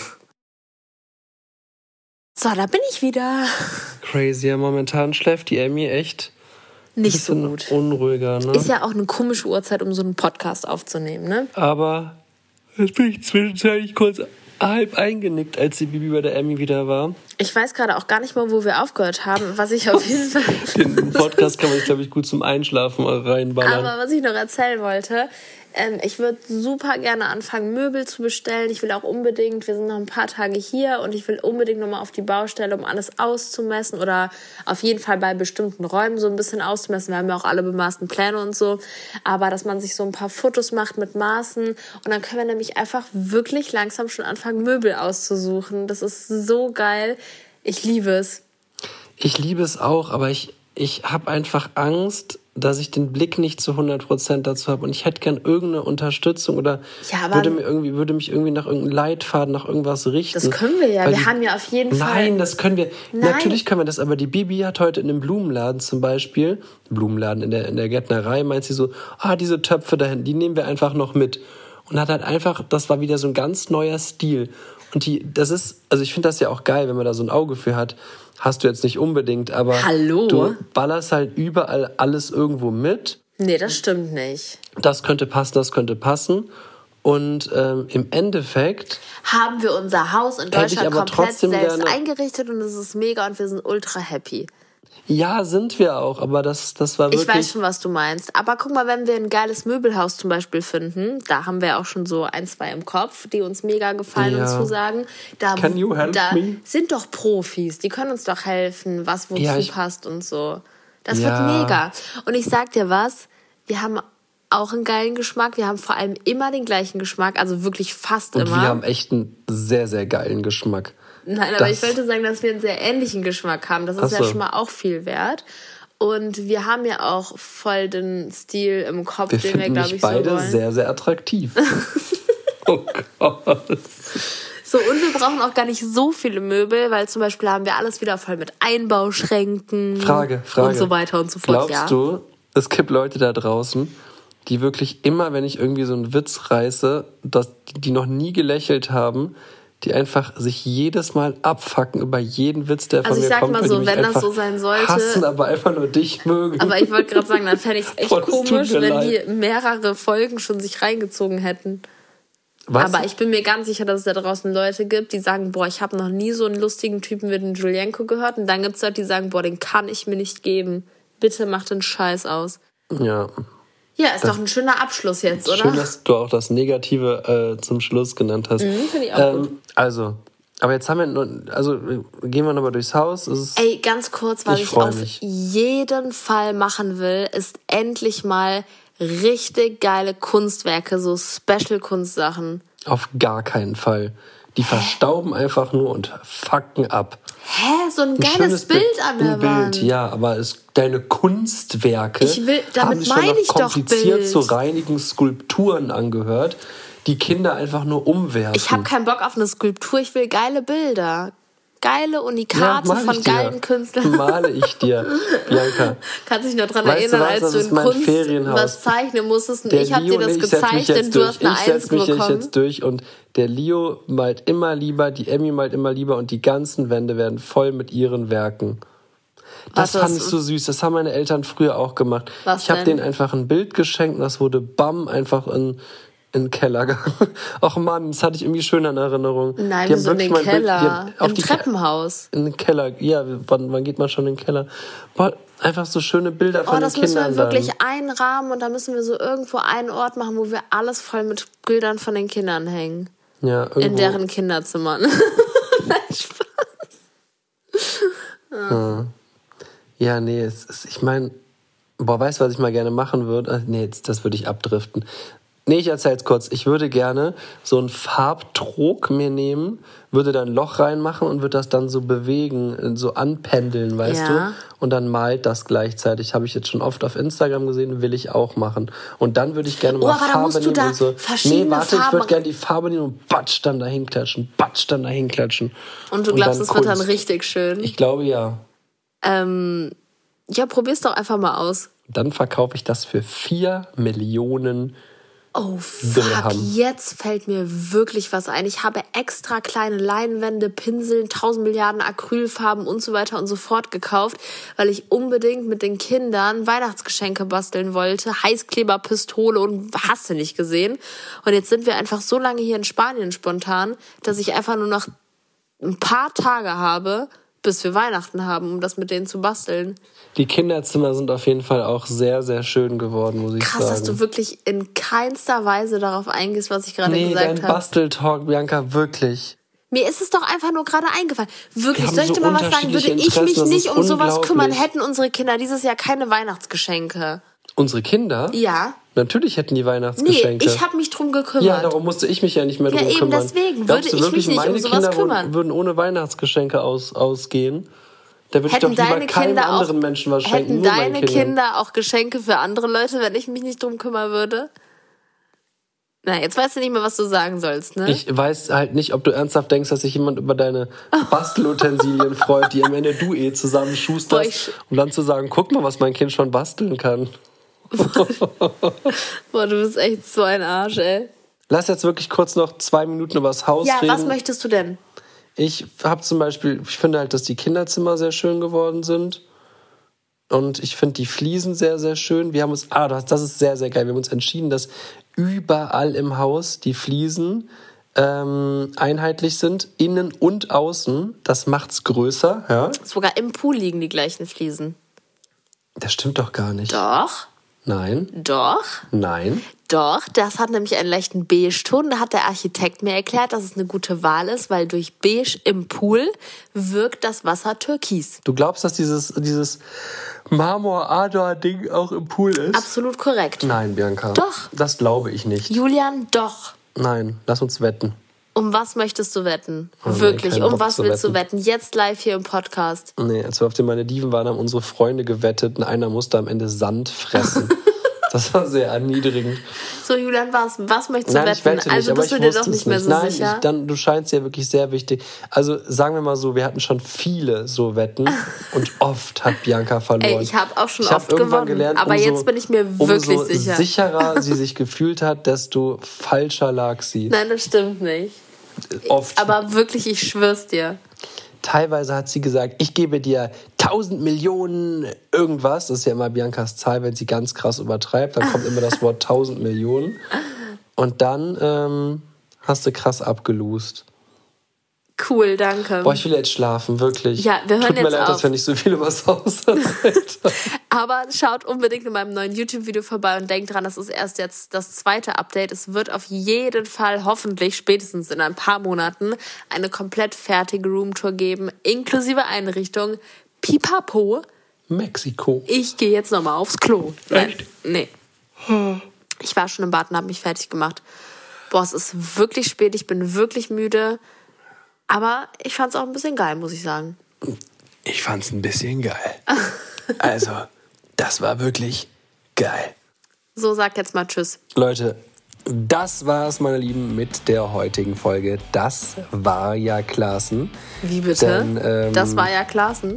So, da bin ich wieder. Crazy, ja, momentan schläft die Emmy echt ein Nicht so bisschen gut. unruhiger, ne? Ist ja auch eine komische Uhrzeit, um so einen Podcast aufzunehmen, ne? Aber jetzt bin ich zwischenzeitlich kurz halb eingenickt, als die Bibi bei der Emmy wieder war. Ich weiß gerade auch gar nicht mal, wo wir aufgehört haben. Was ich auf jeden Fall... Den Podcast kann man sich, glaube ich, gut zum Einschlafen reinballern. Aber was ich noch erzählen wollte, ähm, ich würde super gerne anfangen, Möbel zu bestellen. Ich will auch unbedingt, wir sind noch ein paar Tage hier und ich will unbedingt nochmal auf die Baustelle, um alles auszumessen oder auf jeden Fall bei bestimmten Räumen so ein bisschen auszumessen. Wir haben ja auch alle bemaßten Pläne und so. Aber dass man sich so ein paar Fotos macht mit Maßen und dann können wir nämlich einfach wirklich langsam schon anfangen, Möbel auszusuchen. Das ist so geil. Ich liebe es. Ich liebe es auch, aber ich, ich habe einfach Angst, dass ich den Blick nicht zu hundert Prozent dazu habe. Und ich hätte gern irgendeine Unterstützung oder Ja, aber- würde, mir irgendwie, würde mich irgendwie nach irgendeinem Leitfaden, nach irgendwas richten. Das können wir ja. Weil Wir die- haben ja auf jeden Fall... Nein, das können wir. Nein. Natürlich können wir das, aber die Bibi hat heute in einem Blumenladen zum Beispiel, Blumenladen in der, in der Gärtnerei, meint sie so, ah, diese Töpfe da hinten, die nehmen wir einfach noch mit. Und hat halt einfach, das war wieder so ein ganz neuer Stil. Und die, das ist, also ich finde das ja auch geil, wenn man da so ein Auge für hat. Hast du jetzt nicht unbedingt, aber Hallo? du ballerst halt überall alles irgendwo mit. Nee, das stimmt nicht. Das könnte passen, das könnte passen. Und ähm, im Endeffekt Haben wir unser Haus in Hätte ich Deutschland aber komplett trotzdem selbst gerne- eingerichtet und es ist mega und wir sind ultra happy. ja, sind wir auch, aber das, das war wirklich... Ich weiß schon, was du meinst. Aber guck mal, wenn wir ein geiles Möbelhaus zum Beispiel finden, da haben wir auch schon so ein, zwei im Kopf, die uns mega gefallen Ja. und zusagen. Da, Can you help da me? sind doch Profis, die können uns doch helfen, was wozu Ja, ich- passt und so. Das Ja. wird mega. Und ich sag dir was, wir haben auch einen geilen Geschmack. Wir haben vor allem immer den gleichen Geschmack, also wirklich fast Und immer. wir haben echt einen sehr, sehr geilen Geschmack. Nein, aber Das- ich wollte sagen, dass wir einen sehr ähnlichen Geschmack haben. Das ist Ach ja so. schon mal auch viel wert. Und wir haben ja auch voll den Stil im Kopf, Wir den wir, finden glaube mich ich, so beide wollen. sehr, sehr attraktiv. Oh Gott. So, und wir brauchen auch gar nicht so viele Möbel, weil zum Beispiel haben wir alles wieder voll mit Einbauschränken Frage, Frage. und so weiter und so fort. Glaubst ja. du, es gibt Leute da draußen, die wirklich immer, wenn ich irgendwie so einen Witz reiße, dass die noch nie gelächelt haben, die einfach sich jedes Mal abfacken über jeden Witz, der Also von ich mir sag kommt. mal weil so, die mich wenn das einfach so sein sollte- hassen, aber einfach nur dich mögen. Aber ich wollte gerade sagen, dann fände ich es echt Boah, das tut komisch, mir wenn leid. die mehrere Folgen schon sich reingezogen hätten. Was? Aber ich bin mir ganz sicher, dass es da draußen Leute gibt, die sagen, boah, ich habe noch nie so einen lustigen Typen wie den Julienko gehört. Und dann gibt es Leute, die sagen, boah, den kann ich mir nicht geben. Bitte mach den Scheiß aus. Ja. Ja, ist doch ein schöner Abschluss jetzt, oder? Schön, dass du auch das Negative äh, zum Schluss genannt hast. Mhm, finde ich auch ähm, gut. Also, aber jetzt haben wir, nur, also gehen wir nochmal durchs Haus. Es ist, Ey, ganz kurz, was Ich ich, freu auf mich. jeden Fall machen will, ist endlich mal richtig geile Kunstwerke, so Special-Kunstsachen. Auf gar keinen Fall. Die verstauben einfach nur und fucken ab. Hä, so ein Ein geiles schönes Bild an der ein Bild, Wand. ja, aber es, deine Kunstwerke Ich will- damit haben sich schon meine noch ich doch kompliziert Bild. zu reinigen Skulpturen angehört, die Kinder einfach nur umwerfen. Ich habe keinen Bock auf eine Skulptur, ich will geile Bilder. Geile ja, Unikate mal von ich dir. geilen Künstlern. Male ich dir, Bianca. Kannst dich noch dran Weißt du erinnern, was, als das du ist in mein Kunst Ferienhaus. was zeichnen musstest und Der ich habe Leo, dir das nee, ich setz mich gezeigt jetzt und du durch. hast eine Ich setz Eins mich bekommen. jetzt durch und der Leo malt immer lieber, die Emmy malt immer lieber und die ganzen Wände werden voll mit ihren Werken. Das Warte, fand was- ich so süß. Das haben meine Eltern früher auch gemacht. Was ich habe denn? denen einfach ein Bild geschenkt und das wurde bam einfach in, in den Keller gegangen. Ach Mann, das hatte ich irgendwie schön in Erinnerung. Nein, Die haben wieso in wirklich den mein Bild- die Keller? haben auf Im die- Treppenhaus. In den Keller, ja, wann, wann geht man schon in den Keller? Boah, einfach so schöne Bilder von Oh, den das müssen Kindern wir wirklich dann. einrahmen und da müssen wir so irgendwo einen Ort machen, wo wir alles voll mit Bildern von den Kindern hängen. Ja, irgendwo. In deren Kinderzimmern. Nein, Spaß. Ja, nee, es ist, ich meine, boah, weißt du, was ich mal gerne machen würde? Ach, nee, jetzt, das würde ich abdriften. Nee, ich erzähl's kurz. Ich würde gerne so einen Farbtrog mir nehmen, würde da ein Loch reinmachen und würde das dann so bewegen, so anpendeln, weißt Ja. du? Und dann malt das gleichzeitig. Habe ich jetzt schon oft auf Instagram gesehen, will ich auch machen. Und dann würde ich gerne mal Oh, aber da Farbe musst du nehmen da und so. verschiedene Nee, warte, ich Farben- würde gerne die Farbe nehmen und batsch dann dahin klatschen, batsch dann dahin klatschen. Und du glaubst, dann es wird dann Kunst. richtig schön. Ich glaube, ja. Ähm, ja, probier's doch einfach mal aus. Dann verkaufe ich das für vier Millionen. Oh, fuck, Dirham. jetzt fällt mir wirklich was ein. Ich habe extra kleine Leinwände, Pinseln, tausend Milliarden Acrylfarben und so weiter und so fort gekauft, weil ich unbedingt mit den Kindern Weihnachtsgeschenke basteln wollte. Heißkleberpistole und hast du nicht gesehen. Und jetzt sind wir einfach so lange hier in Spanien spontan, dass ich einfach nur noch ein paar Tage habe, bis wir Weihnachten haben, um das mit denen zu basteln. Die Kinderzimmer sind auf jeden Fall auch sehr, sehr schön geworden, muss ich Krass, sagen. dass du wirklich in keinster Weise darauf eingehst, was ich gerade nee, gesagt dein habe. Basteltalk, Bianca, wirklich. Mir ist es doch einfach nur gerade eingefallen. Wirklich, Wir haben soll ich so dir mal was sagen? Würde unterschiedliche ich mich Interessen, das nicht ist um sowas unglaublich. kümmern, hätten unsere Kinder dieses Jahr keine Weihnachtsgeschenke. Unsere Kinder? Ja. Natürlich hätten die Nee, Weihnachtsgeschenke. ich habe mich drum gekümmert. ja, darum musste ich mich ja nicht mehr Ja, drum eben kümmern. deswegen Glaubst würde du ich wirklich, mich nicht um meine sowas Kinder kümmern. Würden, würden ohne Weihnachtsgeschenke aus, ausgehen? Da würde ich hätten doch lieber deine keinem Kinder anderen auch, Menschen was schenken, hätten nur meinen deine Kindern. Kinder auch Geschenke für andere Leute, wenn ich mich nicht drum kümmern würde? Na, jetzt weißt du nicht mehr, was du sagen sollst, ne? Ich weiß halt nicht, ob du ernsthaft denkst, dass sich jemand über deine Bastelutensilien freut, die am Ende du eh zusammenschusterst. Boah, ich- Und dann zu sagen, guck mal, was mein Kind schon basteln kann. Boah, du bist echt so ein Arsch, ey. Lass jetzt wirklich kurz noch zwei Minuten über das Haus Ja, reden. was möchtest du denn? Ich habe zum Beispiel, ich finde halt, dass die Kinderzimmer sehr schön geworden sind. Und ich finde die Fliesen sehr, sehr schön. Wir haben uns, ah, das das ist sehr, sehr geil. Wir haben uns entschieden, dass überall im Haus die Fliesen ähm, einheitlich sind, innen und außen. Das macht's größer, ja. Sogar im Pool liegen die gleichen Fliesen. Das stimmt doch gar nicht. Doch, Nein, doch. nein. Doch, das hat nämlich einen leichten Beige-Ton. Da hat der Architekt mir erklärt, dass es eine gute Wahl ist, weil durch Beige im Pool wirkt das Wasser türkis. Du glaubst, dass dieses, dieses Marmor-Ador-Ding auch im Pool ist? Absolut korrekt. Nein, Bianca. Doch. Das glaube ich nicht. Julian, doch. Nein, lass uns wetten. Um was möchtest du wetten? Oh nee, Wirklich, keinen um Bock was zu willst du wetten. wetten? Jetzt live hier im Podcast. Nee, als wir auf den Malediven waren, haben unsere Freunde gewettet und einer musste am Ende Sand fressen. Das war sehr erniedrigend. So, Julian, was, was möchtest du Nein, ich wetten? wette nicht, Also aber bist ich du dir wusste doch es nicht mehr so Nein, sicher? Ich, dann, du scheinst ja wirklich sehr wichtig. Also sagen wir mal so, wir hatten schon viele so Wetten und oft hat Bianca verloren. Ey, ich habe auch schon Ich hab oft irgendwann gewonnen, gelernt, aber umso, jetzt bin ich mir wirklich umso sicher. sicherer sie sich gefühlt hat, desto falscher lag sie. Nein, das stimmt nicht. oft. Aber wirklich, ich schwör's dir. Teilweise hat sie gesagt, ich gebe dir tausend Millionen irgendwas. Das ist ja immer Biancas Zahl, wenn sie ganz krass übertreibt. Dann kommt immer das Wort tausend Millionen. Und dann ähm, hast du krass abgelost. Cool, danke. Boah, ich will jetzt schlafen, wirklich. Ja, wir hören Tut mir jetzt leid, auf. dass wir nicht so viel über das Haus erzählt haben. Aber schaut unbedingt in meinem neuen YouTube-Video vorbei und denkt dran, das ist erst jetzt das zweite Update. Es wird auf jeden Fall hoffentlich spätestens in ein paar Monaten eine komplett fertige Roomtour geben, inklusive Einrichtung. Pipapo. Mexiko. Ich gehe jetzt nochmal aufs Klo. Nein, Echt? nee. Ich war schon im Bad und habe mich fertig gemacht. Boah, es ist wirklich spät, ich bin wirklich müde. Aber ich fand's auch ein bisschen geil, muss ich sagen. Ich fand's ein bisschen geil. Also, das war wirklich geil. So, sag jetzt mal Tschüss. Leute, das war's, meine Lieben, mit der heutigen Folge. Das war ja Klaassen. Wie bitte? Denn, ähm, das war ja Klaassen.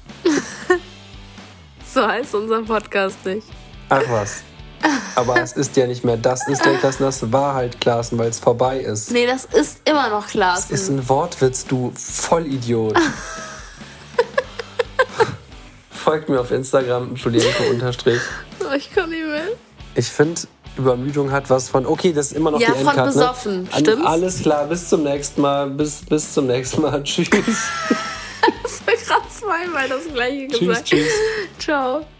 So heißt unser Podcast nicht. Ach was. Aber es ist ja nicht mehr das ist der Klaassen, das war halt Klaassen, weil es vorbei ist. Nee, das ist immer noch Das Klaassen. ist ein Wortwitz, du Vollidiot. Folgt mir auf Instagram, Julienko unterstrich. Oh, ich kann nicht mehr. Ich finde, Übermüdung hat was von, okay, das ist immer noch Ja, die von Endcard, besoffen, ne? stimmt's? Alles klar, bis zum nächsten Mal, bis, bis zum nächsten Mal, tschüss. Das war gerade zweimal das gleiche Tschüss, gesagt. tschüss. Ciao.